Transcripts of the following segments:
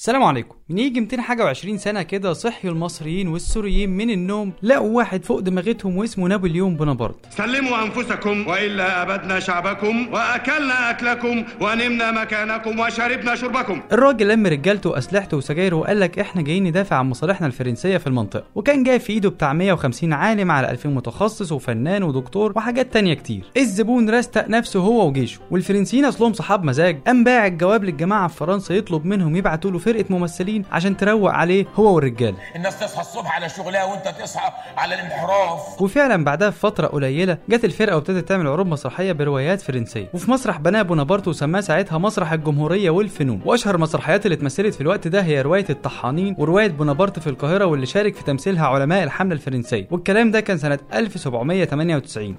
السلام عليكم. من يجي 200 حاجة و20 سنة كده صحيوا المصريين والسوريين من النوم، لقوا واحد فوق دماغتهم واسمه نابليون بونابرت. سلموا أنفسكم وإلا أبدنا شعبكم وأكلنا أكلكم ونمنا مكانكم وشربنا شربكم. الراجل لم رجالته وأسلحته وسجايره وقال لك إحنا جايين ندافع عن مصالحنا الفرنسية في المنطقة، وكان جاي في إيده بتاع 150 عالم على 2000 متخصص وفنان ودكتور وحاجات تانية كتير. الزبون رستق نفسه هو وجيشه، والفرنسيين أصلهم صحاب مزاج، قام باع الجواب للجماعة في فرنسا يطلب منهم يبعتوا له فرقة ممثلين عشان تروق عليه هو والرجاله. الناس تصحى الصبح على شغلها وانت تصحى على الانحراف. وفعلا بعدها بفتره قليله جت الفرقه وابتدت تعمل عروض مسرحيه بروايات فرنسيه، وفي مسرح بناه بونابرت وسماه ساعتها مسرح الجمهوريه والفنون. واشهر المسرحيات اللي اتمثلت في الوقت ده هي روايه الطحانين وروايه بونابرت في القاهره، واللي شارك في تمثيلها علماء الحمله الفرنسيه، والكلام ده كان سنه 1798.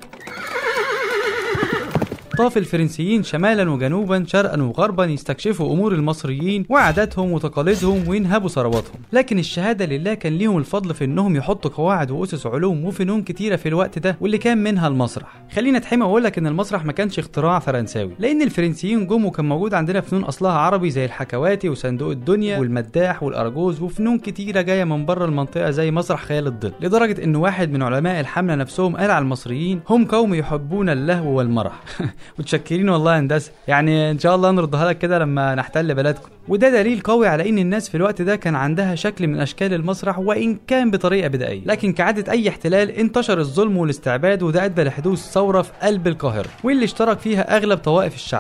طاف الفرنسيين شمالا وجنوبا شرقا وغربا يستكشفوا امور المصريين وعاداتهم وتقاليدهم وينهبوا ثرواتهم، لكن الشهاده لله كان ليهم الفضل في انهم يحطوا قواعد واسس علوم وفنون كتيره في الوقت ده، واللي كان منها المسرح. خلينا اتحمى واقول لك ان المسرح ما كانش اختراع فرنساوي، لان الفرنسيين جم وكان موجود عندنا فنون اصلها عربي زي الحكواتي وصندوق الدنيا والمداح والارجوز، وفنون كتيره جايه من بره المنطقه زي مسرح خيال الظل، لدرجه ان واحد من علماء الحمله نفسهم قال على المصريين هم قوم يحبون اللهو والمرح. متشكرين والله يا هندسه، يعني ان شاء الله نردها لك كده لما نحتل بلدكم. وده دليل قوي على ان الناس في الوقت ده كان عندها شكل من اشكال المسرح، وان كان بطريقه بدائيه، لكن كعاده اي احتلال انتشر الظلم والاستعباد، وده ادى لحدوث ثوره في قلب القاهره واللي اشترك فيها اغلب طوائف الشعب.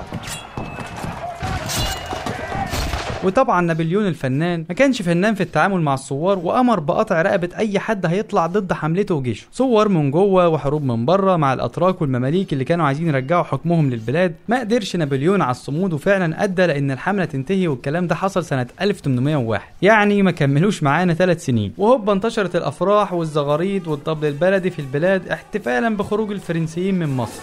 وطبعا نابليون الفنان ما كانش فنان في التعامل مع الثوار، وامر بقطع رقبه اي حد هيطلع ضد حملته وجيشه. ثوار من جوه وحروب من بره مع الاتراك والمماليك اللي كانوا عايزين يرجعوا حكمهم للبلاد. ما قدرش نابليون على الصمود، وفعلا ادى لان الحمله تنتهي، والكلام ده حصل سنه 1801، يعني ما كملوش معانا 3 سنين. وهوبا انتشرت الافراح والزغاريد والطبل البلدي في البلاد احتفالا بخروج الفرنسيين من مصر.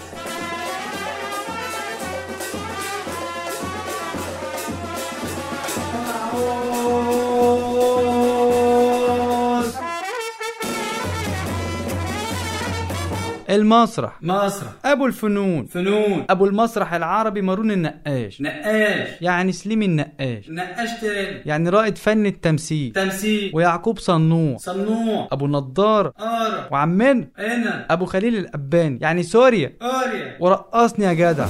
المسرح مسرح، ابو الفنون فنون، ابو المسرح العربي مارون النقاش، نقاش يعني سليم النقاش، نقاش تاني، يعني رائد فن التمثيل، تمثيل، ويعقوب صنوع، صنوع، ابو نضار، قارة، وعمنا انا، ابو خليل الاباني، يعني سوريا، قارية، ورقصني يا جدع.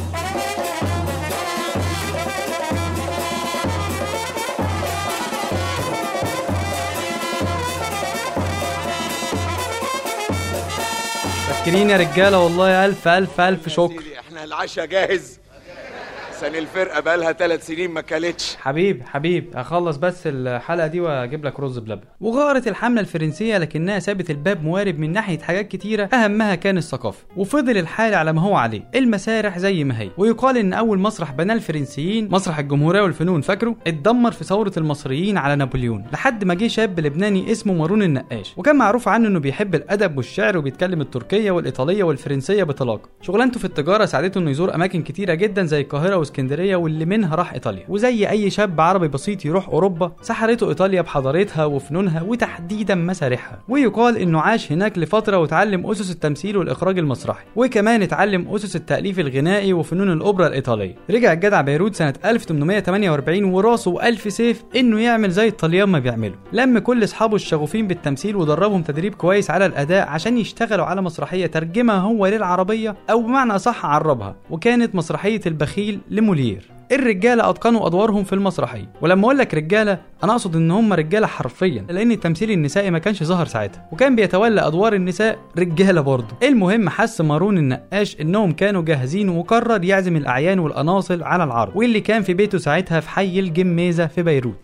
فاكرين يا رجاله؟ والله الف الف الف شكر. احنا العشاء جاهز. سن الفرقه بقالها 3 سنين ما كلتش. حبيب هخلص بس الحلقه دي واجيب لك رز بلبن. وغارت الحمله الفرنسيه، لكنها سابت الباب موارب من ناحيه حاجات كتيره، اهمها كان الثقافه، وفضل الحال على ما هو عليه، المسارح زي ما هي. ويقال ان اول مسرح بناه الفرنسيين مسرح الجمهوريه والفنون، فاكره؟ اتدمر في ثوره المصريين على نابليون، لحد ما جه شاب لبناني اسمه مارون النقاش، وكان معروف عنه انه بيحب الادب والشعر وبيتكلم التركيه والايطاليه والفرنسيه بطلاقه. شغلانته في التجاره ساعدته انه يزور اماكن كتيره جدا زي القاهره واسكندريه، واللي منها راح ايطاليا. وزي اي شاب عربي بسيط يروح اوروبا، سحرته ايطاليا بحضارتها وفنونها وتحديدا مسارحها. ويقال انه عاش هناك لفتره وتعلم اسس التمثيل والاخراج المسرحي، وكمان اتعلم اسس التاليف الغنائي وفنون الاوبرا الايطاليه. رجع الجدع بيروت سنه 1848 وراسه الف سيف انه يعمل زي الطليان ما بيعملوا. لم كل اصحابه الشغوفين بالتمثيل ودربهم تدريب كويس على الاداء عشان يشتغلوا على مسرحيه ترجمها هو للعربيه، او بمعنى صح عربها، وكانت مسرحيه البخيل لمولير. الرجاله اتقنوا ادوارهم في المسرحيه، ولما اقول لك رجاله انا اقصد ان هم رجاله حرفيا، لان التمثيل النسائي ما كانش ظهر ساعتها، وكان بيتولى ادوار النساء رجاله برضه. المهم حس مارون النقاش انهم كانوا جاهزين، وقرر يعزم الاعيان والاناصل على العرض، واللي كان في بيته ساعتها في حي الجميزه في بيروت.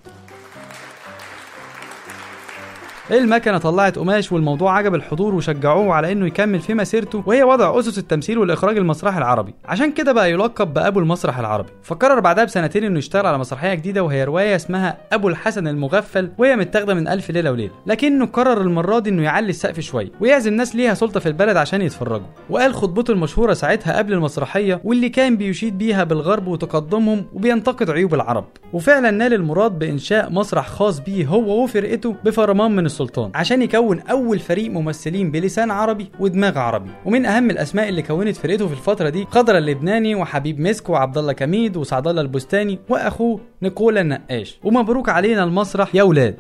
المكنه طلعت قماش، والموضوع عجب الحضور وشجعوه على انه يكمل في مسيرته، وهي وضع اسس التمثيل والاخراج المسرحي العربي، عشان كده بقى يلقب بابو المسرح العربي. فقرر بعدها بسنتين انه يشتغل على مسرحيه جديده، وهي روايه اسمها ابو الحسن المغفل، وهي متاخده من الف ليله وليله، لكنه قرر المره دي انه يعلي السقف شويه ويعزم ناس ليها سلطه في البلد عشان يتفرجوا. وقال خطبته المشهوره ساعتها قبل المسرحيه، واللي كان بيشيد بيها بالغرب وتقدمهم وبينتقد عيوب العرب. وفعلا نال المراد بانشاء مسرح خاص بيه هو وفرقته بفرمان من السلطه. سلطان عشان يكون اول فريق ممثلين بلسان عربي ودماغ عربي. ومن اهم الاسماء اللي كونت فرقته في الفتره دي خضر اللبناني وحبيب مسك وعبد الله كميد وسعد الله البستاني واخوه نيكولا النقاش. ومبروك علينا المسرح يا ولاد.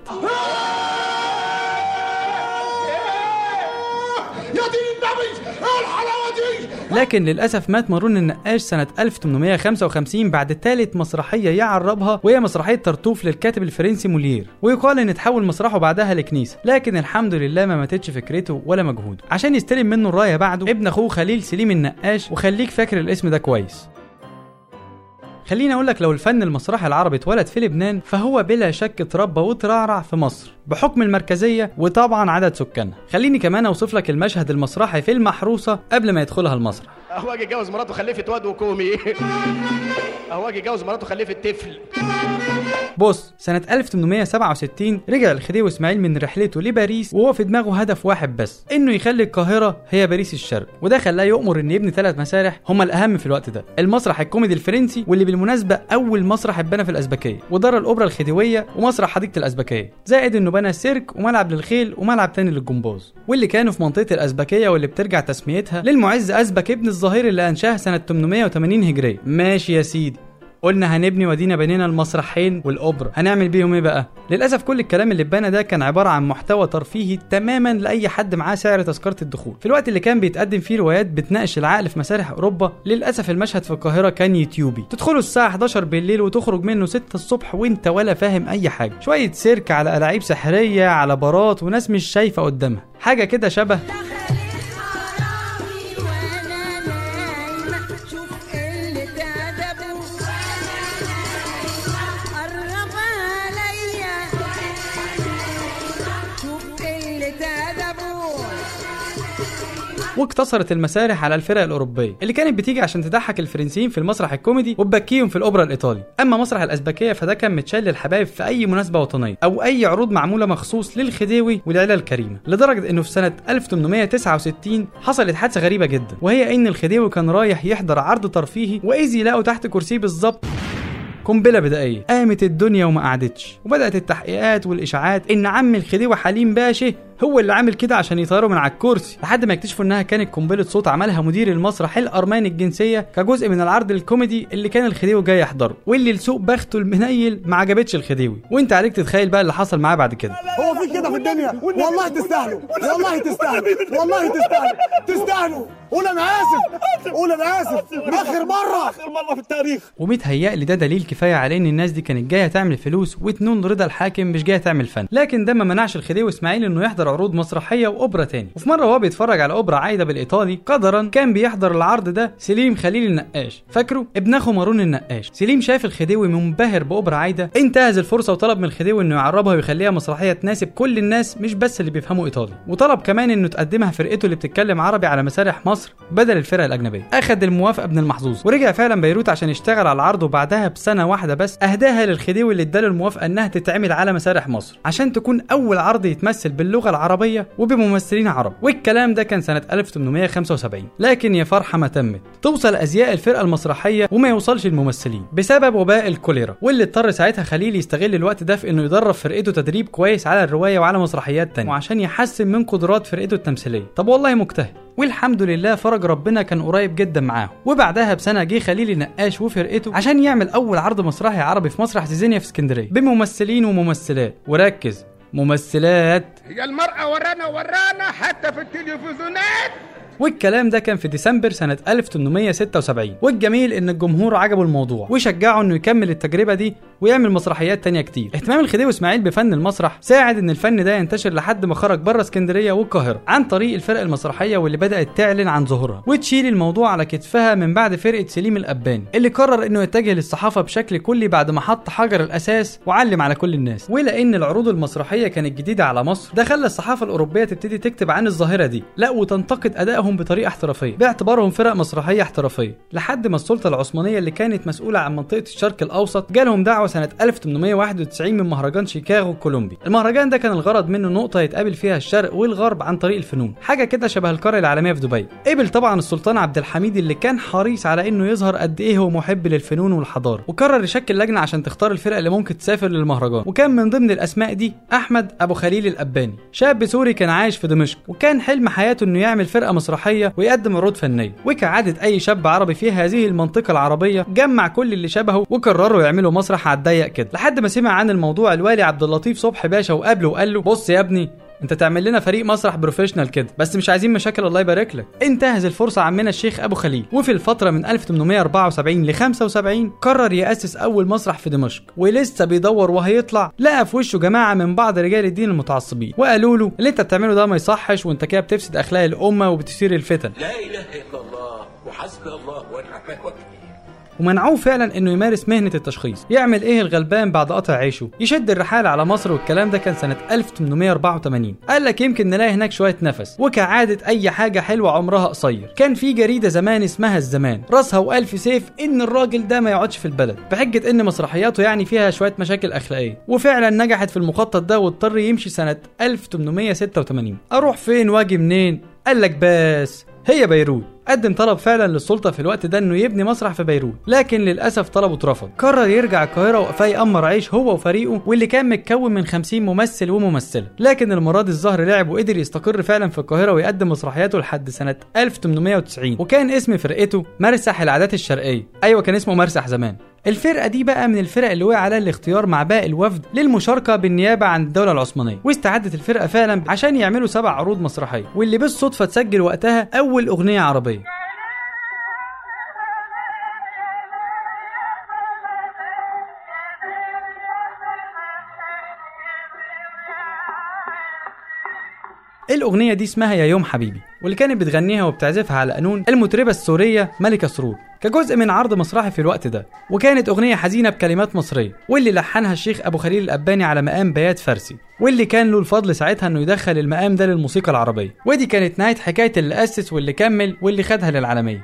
لكن للأسف مات مارون النقاش سنة 1855 بعد ثالث مسرحية يعربها، وهي مسرحية طرطوف للكاتب الفرنسي مولير، ويقال ان تحول مسرحه بعدها لكنيسة. لكن الحمد لله ما ماتتش فكرته ولا مجهوده، عشان يستلم منه الراية بعده ابن اخوه خليل سليم النقاش. وخليك فاكر الاسم ده كويس. خليني اقول لك، لو الفن المسرحي العربي اتولد في لبنان فهو بلا شك اتربى وترعرع في مصر بحكم المركزيه وطبعا عدد سكانها. خليني كمان اوصف لك المشهد المسرحي في المحروسه قبل ما يدخلها المسرح. اهو اجي اتجوز مراته خلفت واد وكومي. اهو اجي اتجوز مراته خلفت طفل. بص، سنة 1867 رجع الخديوي اسماعيل من رحلته لباريس وهو في دماغه هدف واحد بس، انه يخلي القاهرة هي باريس الشرق. وده خلاه يؤمر ان يبني 3 مسارح هما الاهم في الوقت ده: المسرح الكوميدي الفرنسي، واللي بالمناسبة اول مسرح اتبنى في الازبكية، ودار الاوبرا الخديوية، ومسرح حديقة الازبكية، زائد انه بنى سيرك وملعب للخيل وملعب تاني للجمباز، واللي كانوا في منطقة الازبكية، واللي بترجع تسميتها للمعز ازبك ابن الظهير اللي انشاها سنة 880 هجرية. ماشي يا سيدي، قلنا هنبني ودينا بنينا المسرحين والاوبرا، هنعمل بيهم ايه بقى؟ للاسف كل الكلام اللي اتبنى ده كان عباره عن محتوى ترفيهي تماما لاي حد معاه سعر تذكره الدخول. في الوقت اللي كان بيتقدم فيه روايات بتناقش العقل في مسارح اوروبا، للاسف المشهد في القاهره كان يوتيوبي، تدخلوا الساعه 11 بالليل وتخرج منه 6 الصبح وانت ولا فاهم اي حاجه، شويه سيرك على ألاعيب سحريه على بارات وناس مش شايفه قدامها، حاجه كده شبه واقتصرت المسارح على الفرق الأوروبية اللي كانت بتيجي عشان تضحك الفرنسيين في المسرح الكوميدي وتبكيهم في الأوبرا الإيطالي. أما مسرح الأزبكية فده كان متشال للحبايب في أي مناسبة وطنية أو أي عروض معمولة مخصوص للخديوي والعيلة الكريمة، لدرجة إنه في سنة 1869 حصلت حادثة غريبة جدا، وهي إن الخديوي كان رايح يحضر عرض ترفيهي وإذ يلاقوا تحت كرسيه بالظبط قنبله بدائيه. قامت الدنيا وما قعدتش، وبدات التحقيقات والاشاعات ان عم الخديوي حليم باشا هو اللي عامل كده عشان يطيره من على الكرسي، لحد ما يكتشفوا انها كانت قنبله صوت عملها مدير المسرح الارماني الجنسيه كجزء من العرض الكوميدي اللي كان الخديوي جاي يحضره، واللي لسوء بخته المنيل ما عجبتش الخديوي. وانت عليك تتخيل بقى اللي حصل معاه بعد كده. هو في كده في الدنيا؟ والله تستاهلوا، والله تستاهلوا، والله تستاهلوا. قول انا اسف، قول انا اسف، اخر مره في التاريخ. ومتهيألي ده دليل كفايه على ان الناس دي كانت جايه تعمل فلوس وتنول رضا الحاكم، مش جايه تعمل فن. لكن ده ما منعش الخديوي اسماعيل انه يحضر عروض مسرحيه واوبرا تاني. وفي مره وهو بيتفرج على اوبرا عايده بالايطالي قدرا كان بيحضر العرض ده سليم خليل النقاش، فاكره ابن اخو مارون النقاش. سليم شاف الخديوي منبهر باوبرا عايده، انتهز الفرصه وطلب من الخديوي انه يعربها ويخليها مسرحيه تناسب كل الناس مش بس اللي بيفهموا ايطالي، وطلب كمان انه تقدمها فرقته اللي بتتكلم عربي على مسارح مصر بدل الفرق الاجنبيه. اخذ الموافقه ابن المحظوظ ورجع فعلا بيروت عشان يشتغل على العرض، وبعدها بسنه واحده بس اهداها للخديوي اللي اداله الموافقه انها تتعمل على مسارح مصر عشان تكون اول عرض يتمثل باللغه العربيه وبممثلين عرب. والكلام ده كان سنه 1875. لكن يا فرحه ما تمت، توصل ازياء الفرقه المسرحيه وما يوصلش الممثلين بسبب وباء الكوليرا، واللي اضطر ساعتها خليل يستغل الوقت ده في انه يدرب فرقته تدريب كويس على الروايه وعلى مسرحيات تانية وعشان يحسن من قدرات فرقته التمثيليه. طب والله مجتهد، والحمد لله فرج ربنا كان قريب جدا معاهم. وبعدها بسنه جه خليل النقاش وفرقته عشان يعمل اول عرض مسرحي عربي في مسرح زيزينيا في اسكندريه بممثلين وممثلات، وركز ممثلات، هي المرأة ورانا حتى في التلفزيونات. والكلام ده كان في ديسمبر سنة 1876. والجميل ان الجمهور عجبه الموضوع وشجعه انه يكمل التجربة دي ويعمل مسرحيات تانية كتير. اهتمام الخديوي اسماعيل بفن المسرح ساعد ان الفن ده ينتشر لحد ما خرج بره اسكندرية والقاهرة عن طريق الفرق المسرحية واللي بدأت تعلن عن ظهورها وتشيل الموضوع على كتفها من بعد فرقة سليم الأباني اللي قرر انه يتجه للصحافة بشكل كلي بعد ما حط حجر الأساس وعلم على كل الناس. ولأن العروض المسرحية كانت جديدة على مصر، ده خلى الصحافة الأوروبية تبتدي تكتب عن الظاهرة دي، لا وتنتقد أدائهم معاهم بطريقه احترافيه باعتبارهم فرق مسرحيه احترافيه، لحد ما السلطه العثمانيه اللي كانت مسؤوله عن منطقه الشرق الاوسط جالهم دعوه سنه 1891 من مهرجان شيكاغو الكولومبي. المهرجان ده كان الغرض منه نقطه يتقابل فيها الشرق والغرب عن طريق الفنون، حاجه كده شبه القريه العالميه في دبي. قبل طبعا السلطان عبد الحميد اللي كان حريص على انه يظهر قد ايه هو محب للفنون والحضاره، وقرر يشكل لجنه عشان تختار الفرق اللي ممكن تسافر للمهرجان، وكان من ضمن الاسماء دي احمد ابو خليل الاباني، شاب سوري كان عايش في دمشق، وكان حلم حياته انه يعمل فرقه مسرحيه ويقدم عروض فنيه. وكعاده اي شاب عربي في هذه المنطقه العربيه جمع كل اللي شبهه وقرروا يعملوا مسرح على الضيق كده، لحد ما سمع عن الموضوع الوالي عبد اللطيف صبحي باشا وقابله وقال له بص يا ابني، انت تعمل لنا فريق مسرح بروفيشنال كده، بس مش عايزين مشاكل الله يبارك لك. انتهز الفرصه عمنا الشيخ ابو خليل، وفي الفتره من 1874 ل 75 قرر ياسس اول مسرح في دمشق، ولسه بيدور وهيطلع لقى في وشه جماعه من بعض رجال الدين المتعصبين وقالوا له اللي انت بتعمله ده ما يصحش، وانت كده بتفسد اخلاق الامه وبتثير الفتن. لا اله الا الله وحسبي الله ونعم الوكيل. ومنعوه فعلا انه يمارس مهنه التشخيص. يعمل ايه الغلبان بعد قطع عيشه؟ يشد الرحال على مصر، والكلام ده كان سنه 1884. قال لك يمكن نلاقي هناك شويه نفس، وكعاده اي حاجه حلوه عمرها قصير، كان في جريده زمان اسمها الزمان راسها والف سيف ان الراجل ده ما يقعدش في البلد، بحجه ان مسرحياته يعني فيها شويه مشاكل اخلاقيه، وفعلا نجحت في المخطط ده واضطر يمشي سنه 1886. اروح فين واجي منين؟ قال لك بس هي بيروت. قدم طلب فعلا للسلطه في الوقت ده انه يبني مسرح في بيروت، لكن للاسف طلبه اترفض. قرر يرجع القاهره وقفاه يأمر عيش هو وفريقه، واللي كان متكون من 50 ممثل وممثله، لكن المره دي الظهر لعب وقدر يستقر فعلا في القاهره ويقدم مسرحياته لحد سنه 1890، وكان اسم فرقته مرسح العادات الشرقيه. ايوه كان اسمه مرسح زمان. الفرقه دي بقى من الفرق اللي وقع عليها الاختيار مع باقي الوفد للمشاركه بالنيابه عن الدوله العثمانيه، واستعدت الفرقه فعلا عشان يعملوا 7 عروض مسرحيه، واللي بالصدفه تسجل وقتها اول اغنيه عربيه. الأغنية دي اسمها يا يوم حبيبي، واللي كانت بتغنيها وبتعزفها على قانون المطربة السورية ملكة سرور كجزء من عرض مسرحي في الوقت ده، وكانت أغنية حزينة بكلمات مصرية، واللي لحنها الشيخ أبو خليل الأباني على مقام بيات فارسي، واللي كان له الفضل ساعتها إنه يدخل المقام ده للموسيقى العربية. ودي كانت نهاية حكاية اللي أسس واللي كمل واللي خدها للعالمية.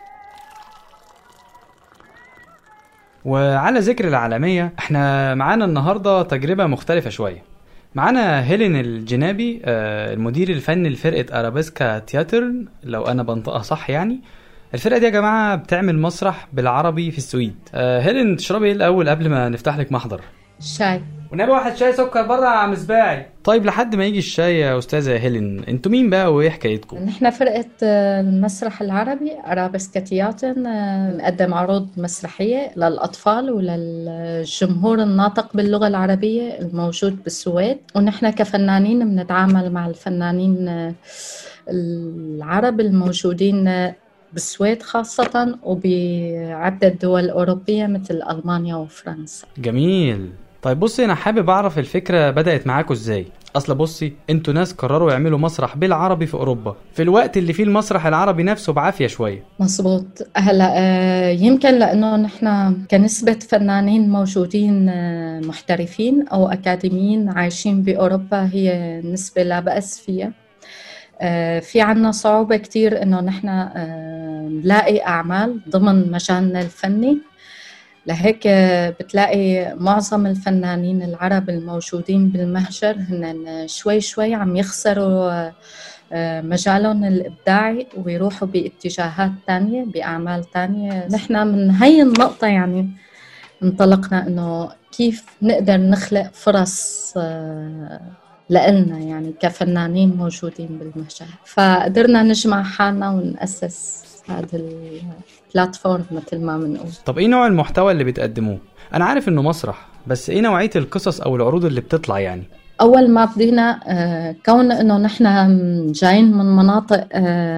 وعلى ذكر العالمية، احنا معانا النهاردة تجربة مختلفة شوية. معانا هيلين الجنابي، المدير الفني لفرقة أرابيسكا تياتر، لو أنا بنطقها صح يعني. الفرقة دي يا جماعة بتعمل مسرح بالعربي في السويد. هيلين تشربي ايه الأول قبل ما نفتح لك محضر؟ شاي. ونبي واحد شاي سكر بره يا عم سباعي. طيب لحد ما يجي الشاي يا أستاذة هيلين، انتوا مين بقى وايه حكايتكم؟ نحن فرقة المسرح العربي أرابيسكا تياتر، نقدم عروض مسرحية للأطفال وللجمهور الناطق باللغة العربية الموجود بالسويد، ونحن كفنانين بنتعامل مع الفنانين العرب الموجودين بالسويد خاصة، وبعدة دول أوروبية مثل ألمانيا وفرنسا. جميل. طيب بصي، انا حابب اعرف الفكره بدات معاكم ازاي. اصل بصي، انتوا ناس قرروا يعملوا مسرح بالعربي في اوروبا في الوقت اللي فيه المسرح العربي نفسه بعافيه شويه. مظبوط. هلا يمكن لانه نحن كنسبه فنانين موجودين محترفين او اكاديميين عايشين باوروبا هي نسبه لا باس فيها. في عنا صعوبه كتير انه نحن نلاقي اعمال ضمن مجالنا الفني، لهيك بتلاقي معظم الفنانين العرب الموجودين بالمهجر هن شوي شوي عم يخسروا مجالهم الإبداعي ويروحوا باتجاهات تانية بأعمال تانية. نحن من هاي النقطة يعني انطلقنا إنه كيف نقدر نخلق فرص لإلنا يعني كفنانين موجودين بالمهجر، فقدرنا نجمع حالنا ونأسس هذا البلاتفورم مثل ما بنقول. طب ايه نوع المحتوى اللي بتقدموه؟ انا عارف انه مسرح، بس ايه نوعية القصص او العروض اللي بتطلع يعني؟ اول ما بدينا كون انه نحن جايين من مناطق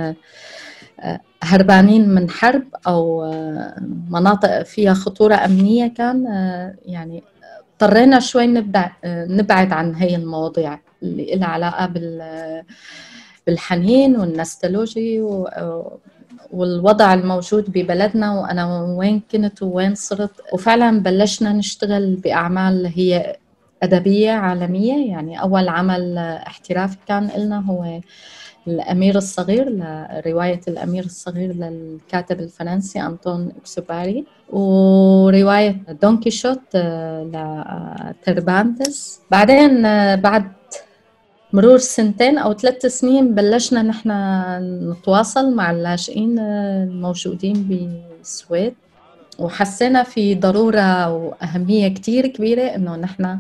هربانين من حرب او مناطق فيها خطورة امنية، كان يعني اضطرينا شوي نبعد عن هي المواضيع اللي لها علاقة بالحنين والنستولوجي والوضع الموجود ببلدنا وأنا وين كنت وين صرت. وفعلا بلشنا نشتغل بأعمال هي أدبية عالمية. يعني أول عمل احترافي كان لنا هو الأمير الصغير، لرواية الأمير الصغير للكاتب الفرنسي أنطون إكسوباري، ورواية دون كيشوت لتربانتس. بعدين بعد مرور 2 أو 3 سنين بلشنا نحن نتواصل مع اللاجئين الموجودين بالسويد، وحسينا في ضرورة وأهمية كتير كبيرة إنه نحن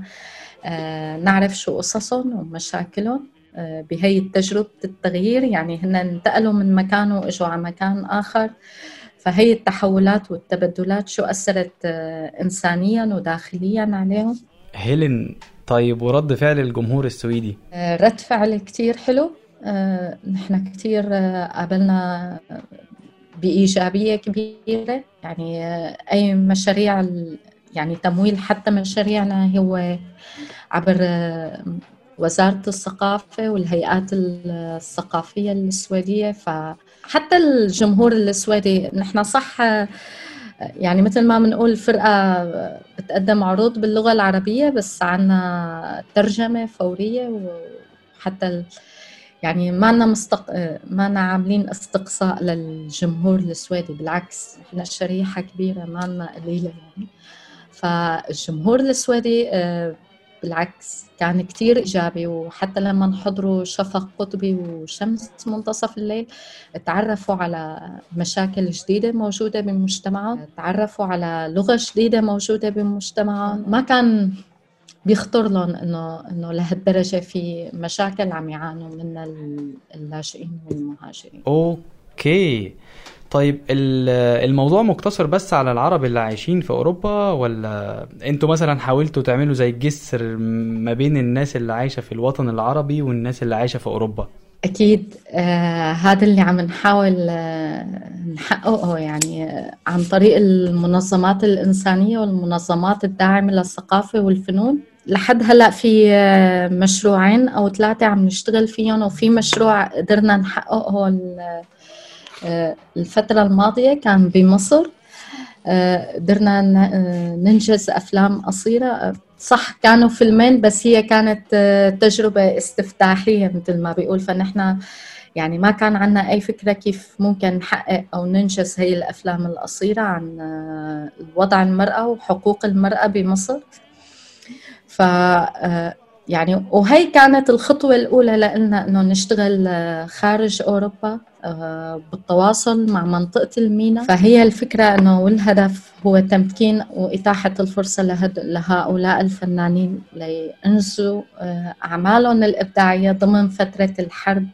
نعرف شو قصصهم ومشاكلهم بهي تجربة التغيير. يعني هن انتقلوا من مكان وإجوا على مكان آخر، فهي التحولات والتبدلات شو أثرت إنسانيا وداخليا عليهم. هيلين، طيب ورد فعل الجمهور السويدي؟ رد فعل كتير حلو. نحن كتير قابلنا بإيجابية كبيرة. يعني أي مشاريع، يعني تمويل حتى مشاريعنا هو عبر وزارة الثقافة والهيئات الثقافية السويدية. فحتى الجمهور السويدي، نحن صح يعني مثل ما بنقول فرقة بتقدم عروض باللغة العربية، بس عنا ترجمة فورية، وحتى يعني ما عاملين استقصاء للجمهور السويدي، بالعكس احنا شريحة كبيرة ما قليلة يعني. فالجمهور السويدي بالعكس كان كتير إيجابي، وحتى لما نحضروا شفق قطبي وشمس منتصف الليل تعرفوا على مشاكل جديدة موجودة بمجتمعهم، تعرفوا على لغة جديدة موجودة بمجتمعهم. ما كان بيخطر لهم إنه لهالدرجة في مشاكل عم يعانوا من اللاجئين والمهاجرين. أوكي، طيب الموضوع مقتصر بس على العرب اللي عايشين في أوروبا، ولا أنتوا مثلا حاولتوا تعملوا زي الجسر ما بين الناس اللي عايشة في الوطن العربي والناس اللي عايشة في أوروبا؟ أكيد هذا اللي عم نحاول نحققه، يعني عن طريق المنظمات الإنسانية والمنظمات الداعمة للثقافة والفنون. لحد هلأ في 2 أو 3 عم نشتغل فيهم، وفي مشروع قدرنا نحققه الفترة الماضية كان بمصر. قدرنا ننجز أفلام قصيرة، صح كانوا فيلمين بس هي كانت تجربة استفتاحية مثل ما بيقول. فنحن يعني ما كان عنا أي فكرة كيف ممكن نحقق أو ننجز هي الأفلام القصيرة عن وضع المرأة وحقوق المرأة بمصر. ف يعني وهي كانت الخطوة الأولى لنا إنه نشتغل خارج أوروبا بالتواصل مع منطقة المينا. فهي الفكرة إنه والهدف هو تمكين وإتاحة الفرصة لهؤلاء الفنانين لينجزوا أعمالهم الإبداعية ضمن فترة الحرب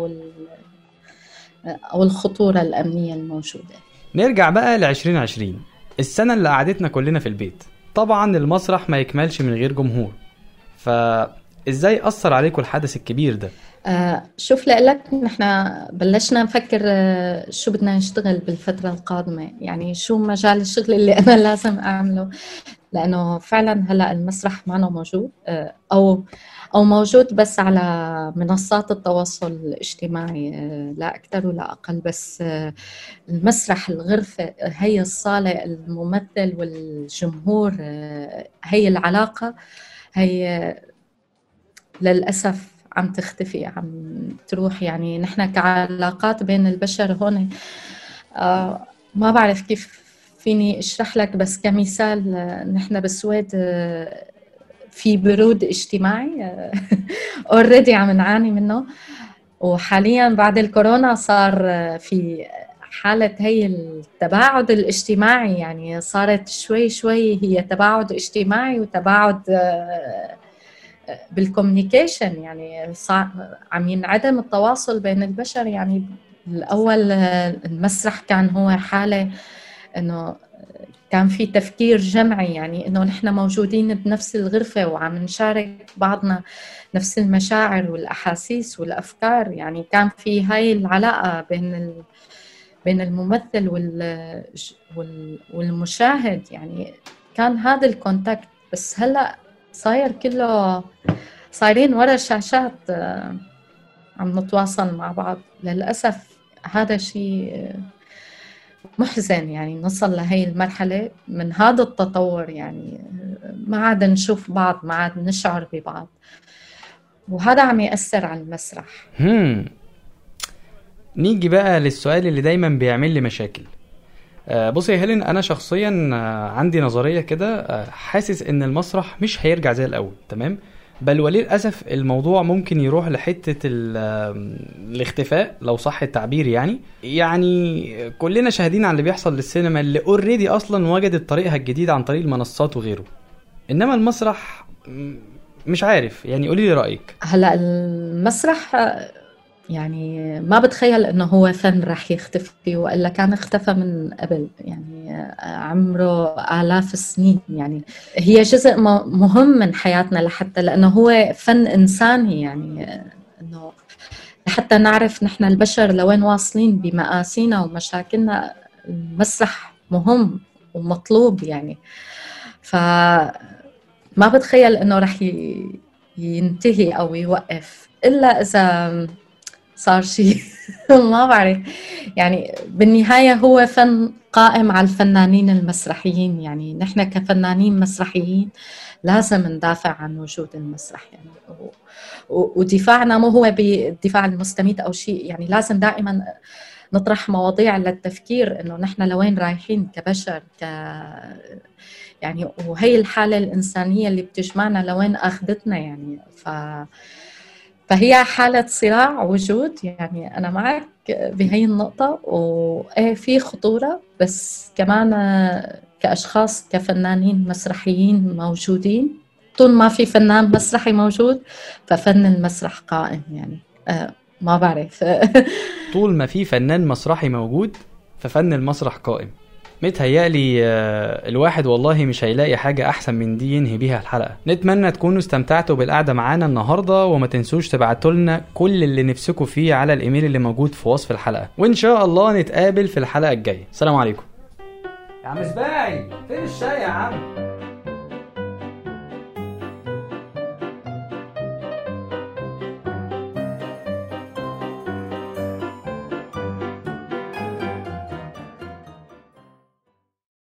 أو الخطورة الأمنية الموجودة. نرجع بقى ل2020، السنة اللي قعدتنا كلنا في البيت. طبعا المسرح ما يكملش من غير جمهور، فإزاي أثر عليكم الحدث الكبير ده؟ شوف لك نحن بلشنا نفكر شو بدنا نشتغل بالفترة القادمة، يعني شو مجال الشغل اللي أنا لازم أعمله، لأنه فعلا هلأ المسرح معنا موجود أو موجود بس على منصات التواصل الاجتماعي، لا أكثر ولا أقل. بس المسرح، الغرفة، هي الصالة، الممثل والجمهور، هي العلاقة، هي للأسف عم تختفي، عم تروح. يعني نحن كعلاقات بين البشر هون ما بعرف كيف فيني اشرح لك، بس كمثال نحن بالسويد في برود اجتماعي اوريدي عم نعاني منه، وحاليا بعد الكورونا صار في حالة هي التباعد الاجتماعي. يعني صارت شوي شوي هي تباعد اجتماعي وتباعد بالكوميونيكيشن، يعني عم ينعدم التواصل بين البشر. يعني الأول المسرح كان هو حالة إنه كان في تفكير جمعي، يعني إنه نحن موجودين بنفس الغرفة وعم نشارك بعضنا نفس المشاعر والأحاسيس والأفكار. يعني كان في هاي العلاقة بين الممثل والمشاهد، يعني كان هذا الكونتاكت. بس هلأ صاير كله صايرين ورا الشاشات عم نتواصل مع بعض. للأسف هذا شيء محزن، يعني نصل لهي المرحلة من هذا التطور. يعني ما عاد نشوف بعض، ما عاد نشعر ببعض، وهذا عم يأثر على المسرح. نيجي بقى للسؤال اللي دايما بيعمل لي مشاكل. بصي يا هيلين، انا شخصيا عندي نظريه كده، حاسس ان المسرح مش هيرجع زي الاول، تمام؟ بل وللاسف الموضوع ممكن يروح لحته الاختفاء لو صح التعبير. يعني كلنا شاهدين على اللي بيحصل للسينما اللي اوريدي اصلا وجدت طريقها الجديد عن طريق المنصات وغيره، انما المسرح مش عارف. يعني قولي لي رايك. هلا المسرح يعني ما بتخيل انه هو فن رح يختفي، والا كان اختفى من قبل، يعني عمره آلاف السنين. يعني هي جزء مهم من حياتنا، لحتى لانه هو فن انساني، يعني انه لحتى نعرف نحن البشر لوين واصلين بمآسينا ومشاكلنا. المسرح مهم ومطلوب يعني. فما بتخيل انه رح ينتهي او يوقف، الا اذا صار شيء ما بعرف. يعني بالنهاية هو فن قائم على الفنانين المسرحيين. يعني نحن كفنانين مسرحيين لازم ندافع عن وجود المسرح، يعني ودفاعنا مو هو بالدفاع المستميت أو شيء. يعني لازم دائما نطرح مواضيع للتفكير إنه نحن لوين رايحين كبشر، يعني وهي الحالة الإنسانية اللي بتجمعنا لوين أخذتنا. يعني فهي حالة صراع وجود. يعني أنا معك بهي النقطة، وإيه في خطورة، بس كمان كأشخاص كفنانين مسرحيين موجودين، طول ما في فنان مسرحي موجود ففن المسرح قائم. يعني ما بعرف طول ما في فنان مسرحي موجود ففن المسرح قائم. متهيألي الواحد والله مش هيلاقي حاجة أحسن من دي ينهي بيها الحلقة. نتمنى تكونوا استمتعتوا بالقعدة معانا النهاردة، وما تنسوش تبعتوا لنا كل اللي نفسكوا فيه على الإيميل اللي موجود في وصف الحلقة، وإن شاء الله نتقابل في الحلقة الجاية. السلام عليكم. يا عم سباعي، فين الشاي يا عم؟